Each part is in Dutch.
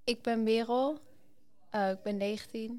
Ik ben Merel. Ik ben 19.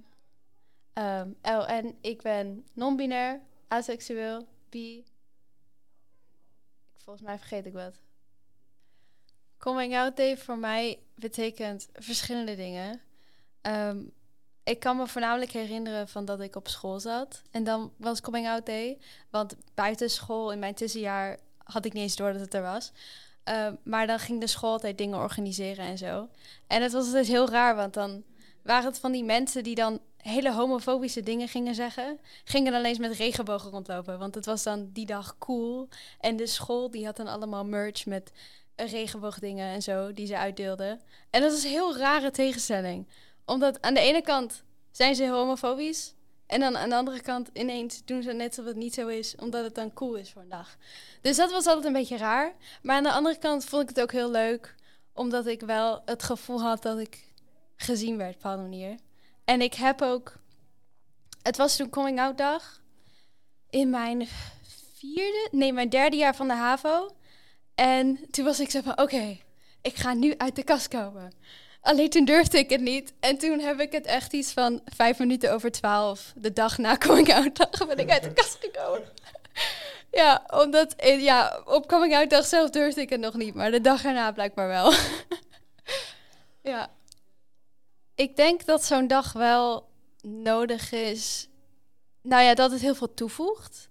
En ik ben non-binair, aseksueel, bi. Volgens mij vergeet ik wat. Coming out day voor mij betekent verschillende dingen. Ik kan me voornamelijk herinneren van dat ik op school zat. En dan was coming out day. Want buiten school in mijn tussenjaar had ik niet eens door dat het er was. Maar dan ging de school altijd dingen organiseren en zo. En het was altijd heel raar, want dan waren het van die mensen die dan hele homofobische dingen gingen zeggen. Gingen dan eens met regenbogen rondlopen, want het was dan die dag cool. En de school die had dan allemaal merch met regenboogdingen en zo, die ze uitdeelden. En dat is een heel rare tegenstelling. Omdat aan de ene kant zijn ze heel homofobisch. En dan aan de andere kant ineens doen ze net alsof het niet zo is, omdat het dan cool is voor een dag. Dus dat was altijd een beetje raar. Maar aan de andere kant vond ik het ook heel leuk, omdat ik wel het gevoel had dat ik gezien werd op een bepaalde manier. En ik heb ook... Het was toen coming out dag in mijn mijn derde jaar van de HAVO. En toen was ik zo van, oké, ik ga nu uit de kast komen. Alleen toen durfde ik het niet. En toen heb ik het echt iets van 12:05, de dag na coming out dag, ben ik uit de kast gekomen. Ja, omdat op coming out dag zelf durfde ik het nog niet, maar de dag erna blijkbaar wel. Ja. Ik denk dat zo'n dag wel nodig is. Nou ja, dat het heel veel toevoegt.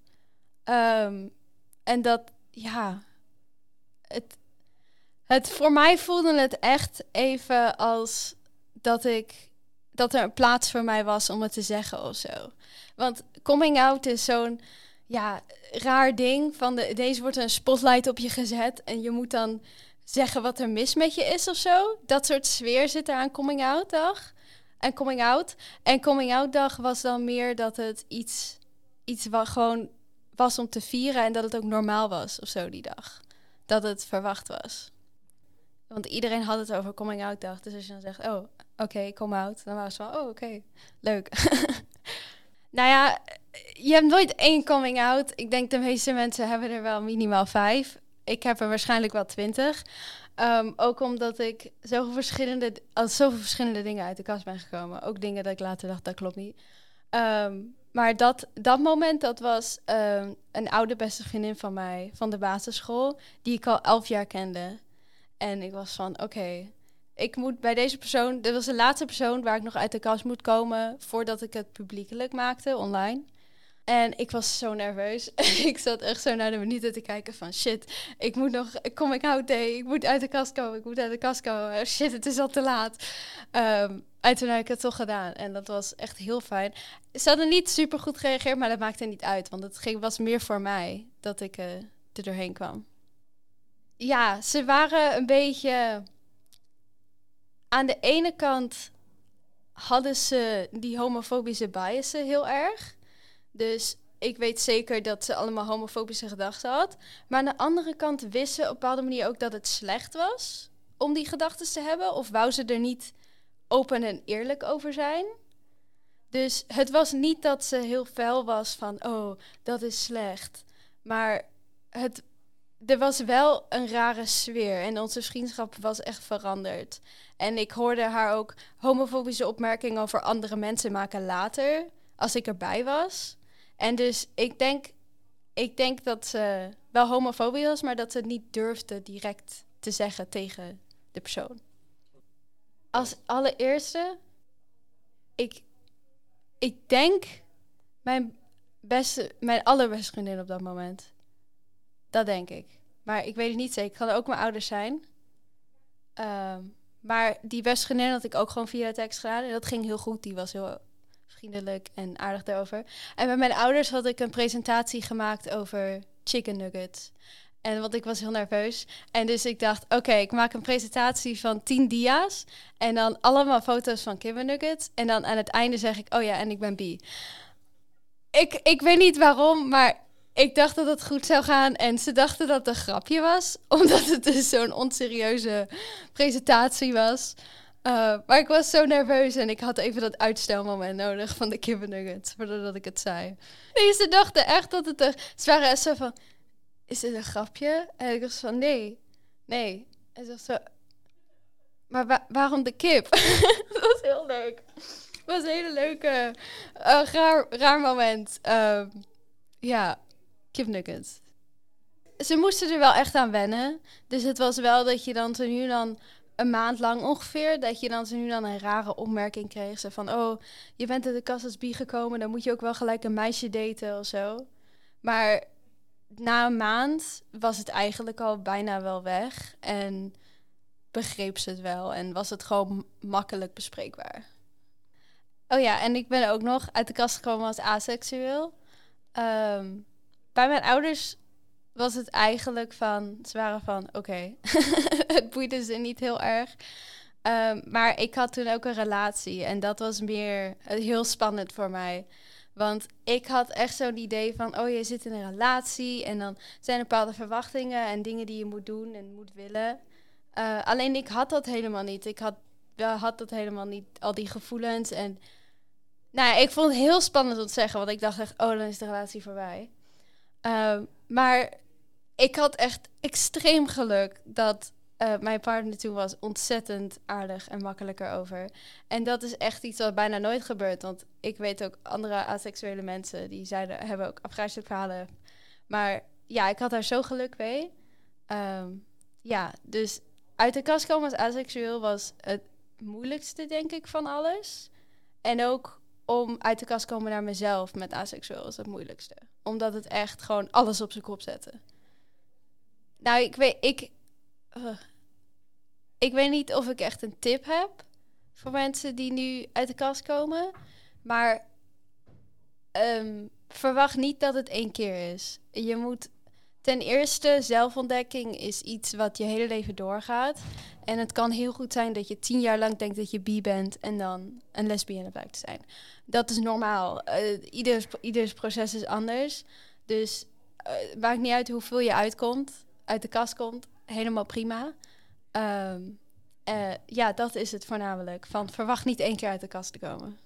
En dat, ja, het voor mij voelde het echt even als dat er een plaats voor mij was om het te zeggen of zo. Want coming out is zo'n raar ding van deze wordt een spotlight op je gezet en je moet dan zeggen wat er mis met je is of zo. Dat soort sfeer zit er aan coming out dag. En coming out. En coming out dag was dan meer dat het iets wat gewoon was om te vieren en dat het ook normaal was of zo die dag. Dat het verwacht was. Want iedereen had het over coming out dag. Dus als je dan zegt, oh, oké, come out. Dan was het van, oh, oké, leuk. Nou ja, je hebt nooit één coming out. Ik denk de meeste mensen hebben er wel minimaal 5. Ik heb er waarschijnlijk wel 20. Ook omdat ik zoveel verschillende dingen uit de kast ben gekomen. Ook dingen dat ik later dacht, dat klopt niet. Maar dat moment, dat was een oude beste vriendin van mij, van de basisschool, die ik al 11 jaar kende. En ik was van, oké, ik moet bij deze persoon... Dit was de laatste persoon waar ik nog uit de kast moet komen voordat ik het publiekelijk maakte, online. En ik was zo nerveus. Ik zat echt zo naar de minuten te kijken van... Shit, ik moet nog... Coming out day, ik moet uit de kast komen. Oh, shit, het is al te laat. En toen heb ik het toch gedaan. En dat was echt heel fijn. Ze hadden niet super goed gereageerd, maar dat maakte niet uit. Want het was meer voor mij dat ik er doorheen kwam. Ja, ze waren een beetje... Aan de ene kant hadden ze die homofobische biasen heel erg. Dus ik weet zeker dat ze allemaal homofobische gedachten had. Maar aan de andere kant wist ze op een bepaalde manier ook dat het slecht was om die gedachten te hebben. Of wou ze er niet open en eerlijk over zijn. Dus het was niet dat ze heel fel was van, oh, dat is slecht. Maar er was wel een rare sfeer en onze vriendschap was echt veranderd. En ik hoorde haar ook homofobische opmerkingen over andere mensen maken later, als ik erbij was. En dus ik denk dat ze wel homofobisch was, maar dat ze het niet durfde direct te zeggen tegen de persoon. Als allereerste, ik denk mijn allerbeste vriendin op dat moment. Dat denk ik. Maar ik weet het niet zeker. Kan ook mijn ouders zijn. Maar die beste vriendin had ik ook gewoon via de tekst gedaan. En dat ging heel goed. Die was heel vriendelijk en aardig daarover. En bij mijn ouders had ik een presentatie gemaakt over chicken nuggets. Want ik was heel nerveus. En dus ik dacht, oké, ik maak een presentatie van 10 dia's. En dan allemaal foto's van chicken nuggets. En dan aan het einde zeg ik, oh ja, en ik ben bi. Ik weet niet waarom, maar ik dacht dat het goed zou gaan. En ze dachten dat het een grapje was. Omdat het dus zo'n onserieuze presentatie was. Maar ik was zo nerveus en ik had even dat uitstelmoment nodig van de kippennuggets, voordat ik het zei. Nee, ze dachten echt dat het ze waren echt zo van, is dit een grapje? En ik was van, nee. En ze was zo, Maar waarom de kip? Dat was heel leuk. Het was een hele leuke, raar moment. Ja, kipnuggets. Ze moesten er wel echt aan wennen. Dus het was wel dat je dan zo nu dan een maand lang ongeveer, dat je dan zo nu dan een rare opmerking kreeg. Zo van, oh, je bent uit de kast als bi gekomen, dan moet je ook wel gelijk een meisje daten of zo. Maar na een maand was het eigenlijk al bijna wel weg. En begreep ze het wel. En was het gewoon makkelijk bespreekbaar. Oh ja, en ik ben ook nog uit de kast gekomen als aseksueel. Bij mijn ouders was het eigenlijk van... Ze waren van, oké, het boeide ze niet heel erg. Maar ik had toen ook een relatie. En dat was meer heel spannend voor mij. Want ik had echt zo'n idee van... Oh, je zit in een relatie. En dan zijn er bepaalde verwachtingen en dingen die je moet doen en moet willen. Alleen ik had dat helemaal niet. Ik had dat helemaal niet, al die gevoelens. En nou ja, ik vond het heel spannend om te zeggen. Want ik dacht echt, oh, dan is de relatie voorbij. Maar ik had echt extreem geluk dat mijn partner toen was ontzettend aardig en makkelijker over. En dat is echt iets wat bijna nooit gebeurt. Want ik weet ook andere aseksuele mensen die hebben ook afgrijzelijke verhalen. Maar ja, ik had daar zo geluk mee. Ja, dus uit de kast komen als aseksueel was het moeilijkste, denk ik, van alles. En ook om uit de kast komen naar mezelf met aseksueel was het moeilijkste. Omdat het echt gewoon alles op zijn kop zette. Nou, ik weet niet of ik echt een tip heb voor mensen die nu uit de kast komen. Maar verwacht niet dat het 1 keer is. Je moet ten eerste, zelfontdekking is iets wat je hele leven doorgaat. En het kan heel goed zijn dat je 10 jaar lang denkt dat je bi bent en dan een lesbienne blijkt te zijn. Dat is normaal. Ieders proces is anders. Dus het maakt niet uit hoeveel je uit de kast komt. Helemaal prima. Ja, dat is het voornamelijk. Van verwacht niet 1 keer uit de kast te komen.